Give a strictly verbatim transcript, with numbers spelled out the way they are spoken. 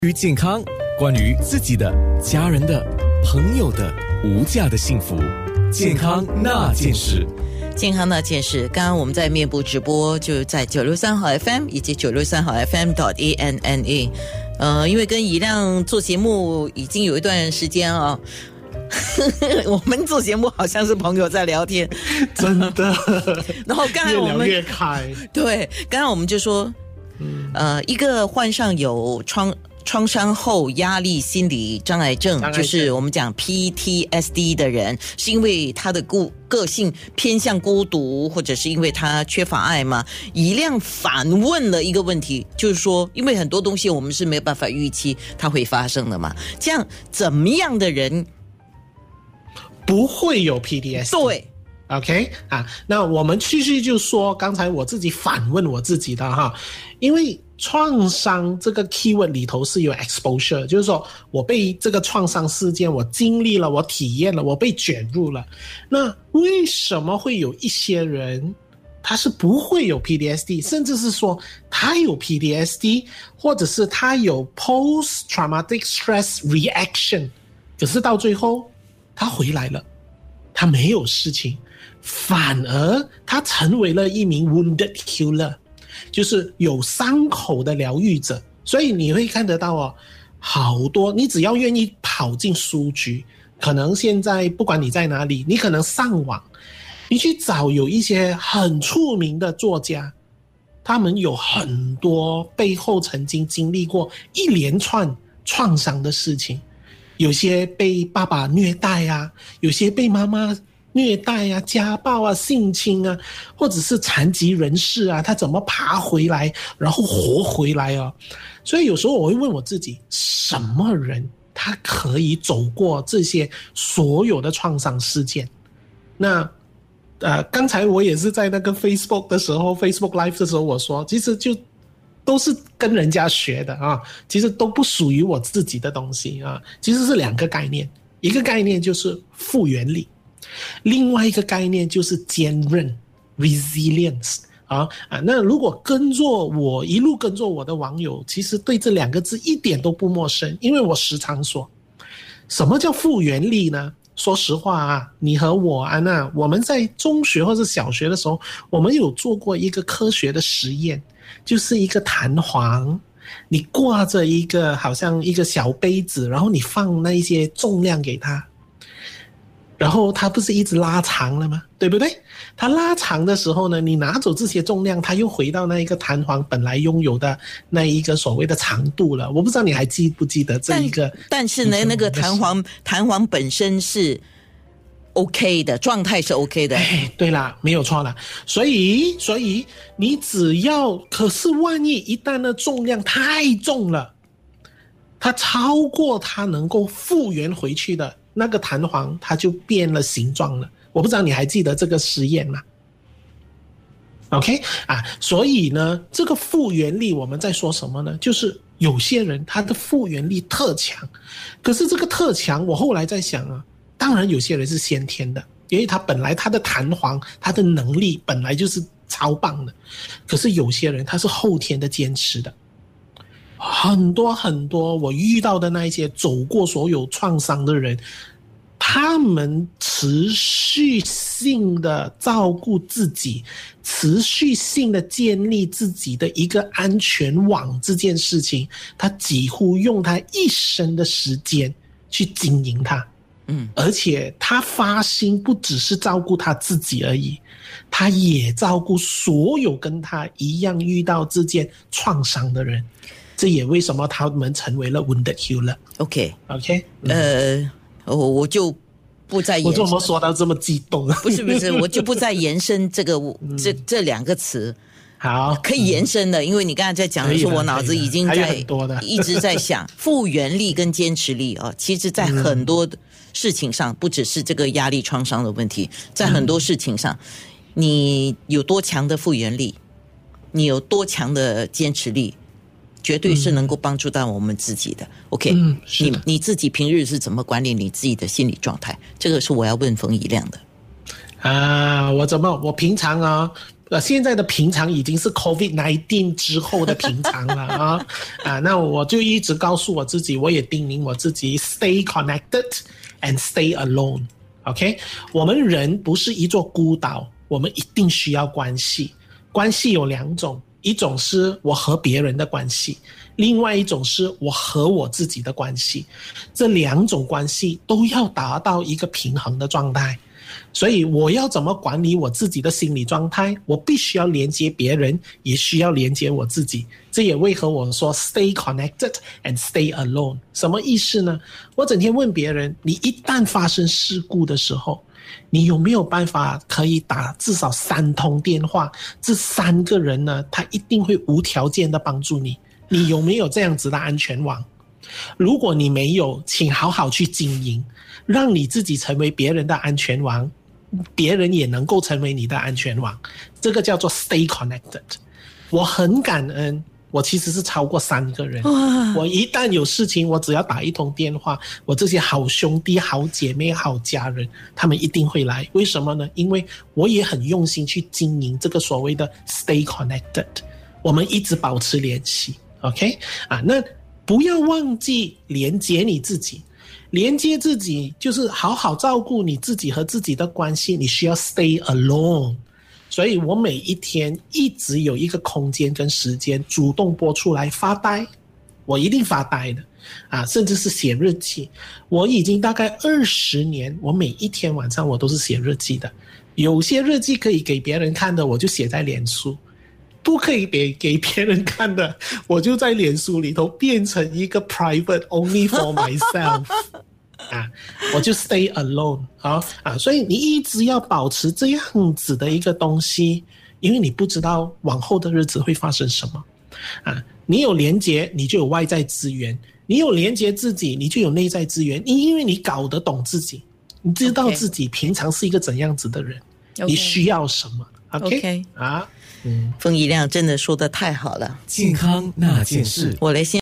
关于健康，关于自己的、家人的、朋友的无价的幸福，健康那件事。 健康那件事，刚刚我们在面部直播，就在九六三号 F M 以及九六三号 F M dot A N N A。呃，因为跟怡亮做节目已经有一段时间啊、哦，我们做节目好像是朋友在聊天， 真的。 然后刚才我们越聊越开， 对，刚刚我们就说，嗯、呃，一个患上有创。创伤后压力心理障碍症，就是我们讲 P T S D 的人，是因为他的个个性偏向孤独，或者是因为他缺乏爱吗？怡亮反问了一个问题，就是说，因为很多东西我们是没有办法预期它会发生的嘛，这样怎么样的人不会有 P T S D？ 对。OK 啊，那我们继续就说刚才我自己反问我自己的哈，因为创伤这个 keyword 里头是有 exposure， 就是说我被这个创伤事件我经历了，我体验了，我被卷入了。那为什么会有一些人他是不会有 P T S D， 甚至是说他有 P T S D， 或者是他有 post traumatic stress reaction， 可是到最后他回来了，他没有事情，反而他成为了一名 wounded healer， 就是有伤口的疗愈者。所以你会看得到哦，好多你只要愿意跑进书局，可能现在不管你在哪里，你可能上网，你去找有一些很出名的作家，他们有很多背后曾经经历过一连串创伤的事情，有些被爸爸虐待啊，有些被妈妈虐待啊、家暴啊、性侵啊，或者是残疾人士啊，他怎么爬回来然后活回来啊。所以有时候我会问我自己，什么人他可以走过这些所有的创伤事件？那呃，刚才我也是在那个 Facebook 的时候 Facebook Live 的时候我说，其实就都是跟人家学的啊，其实都不属于我自己的东西啊。其实是两个概念，一个概念就是复原力，另外一个概念就是坚韧 resilience 啊啊。那如果跟着我一路跟着我的网友，其实对这两个字一点都不陌生，因为我时常说，什么叫复原力呢？说实话啊，你和我安娜，我们在中学或者小学的时候，我们有做过一个科学的实验，就是一个弹簧，你挂着一个好像一个小杯子，然后你放那一些重量给它，然后它不是一直拉长了吗？对不对？它拉长的时候呢，你拿走这些重量，它又回到那一个弹簧本来拥有的那一个所谓的长度了。我不知道你还记不记得这一个？ 但, 但是呢，那个弹簧弹簧本身是 OK 的，状态是 OK 的。 哎，对啦，没有错啦。所以，所以你只要，可是万一一旦那重量太重了，它超过它能够复原回去的那个弹簧，它就变了形状了。我不知道你还记得这个实验吗 ？OK 啊，所以呢，这个复原力我们在说什么呢？就是有些人他的复原力特强，可是这个特强，我后来在想啊，当然有些人是先天的，因为他本来他的弹簧、他的能力本来就是超棒的，可是有些人他是后天的坚持的。很多很多我遇到的那一些走过所有创伤的人，他们持续性的照顾自己，持续性的建立自己的一个安全网，这件事情他几乎用他一生的时间去经营它。嗯，而且他发心不只是照顾他自己而已，他也照顾所有跟他一样遇到这件创伤的人。这也为什么他们成为了 wounded healer。 OK OK、 嗯、呃我我就不再延伸， 我怎么说到这么激动？ 不是不是，我就不再延伸这个这这两个词。 好， 可以延伸的，因为你刚才在讲的时候，我脑子已经在一直在想复原力跟坚持力啊。其实，在很多事情上，不只是这个压力创伤的问题，在很多事情上，你有多强的复原力，你有多强的坚持力，绝对是能够帮助到我们自己的。OK，、嗯、你你自己平日是怎么管理你自己的心理状态？这个是我要问冯以亮的。 啊，我怎么我平常啊， 呃，现在的平常已经是 COVID 十九 之后的平常了啊啊！那我就一直告诉我自己，我也叮咛我自己 ，stay connected and stay alone。OK， 我们人不是一座孤岛，我们一定需要关系。关系有两种，一种是我和别人的关系，另外一种是我和我自己的关系。这两种关系都要达到一个平衡的状态。所以我要怎么管理我自己的心理状态，我必须要连接别人，也需要连接我自己。这也为何我说 stay connected and stay alone。 什么意思呢？我整天问别人，你一旦发生事故的时候，你有没有办法可以打至少三通电话，这三个人呢，他一定会无条件的帮助你。你有没有这样子的安全网？如果你没有，请好好去经营，让你自己成为别人的安全网，别人也能够成为你的安全网。这个叫做 stay connected。 我很感恩，我其实是超过三个人。我一旦有事情，我只要打一通电话，我这些好兄弟好姐妹好家人，他们一定会来。为什么呢？因为我也很用心去经营这个所谓的 stay connected， 我们一直保持联系。 OK 啊，那不要忘记连接你自己。连接自己就是好好照顾你自己和自己的关系，你需要 stay alone。 所以我每一天一直有一个空间跟时间主动拨出来发呆，我一定发呆的啊，甚至是写日记。我已经大概二十年，我每一天晚上我都是写日记的。有些日记可以给别人看的，我就写在脸书；不可以给给别人看的，我就在脸书里头变成一个 private only for myself 啊，我就 stay alone 啊啊，所以你一直要保持这样子的一个东西，因为你不知道往后的日子会发生什么啊。你有连结，你就有外在资源；你有连结自己，你就有内在资源。因为你搞得懂自己，你知道自己平常是一个怎样子的人， okay. 你需要什么 ？OK, okay. 啊。 嗯，风一亮真的说得太好了。 健康那件事， 我来先。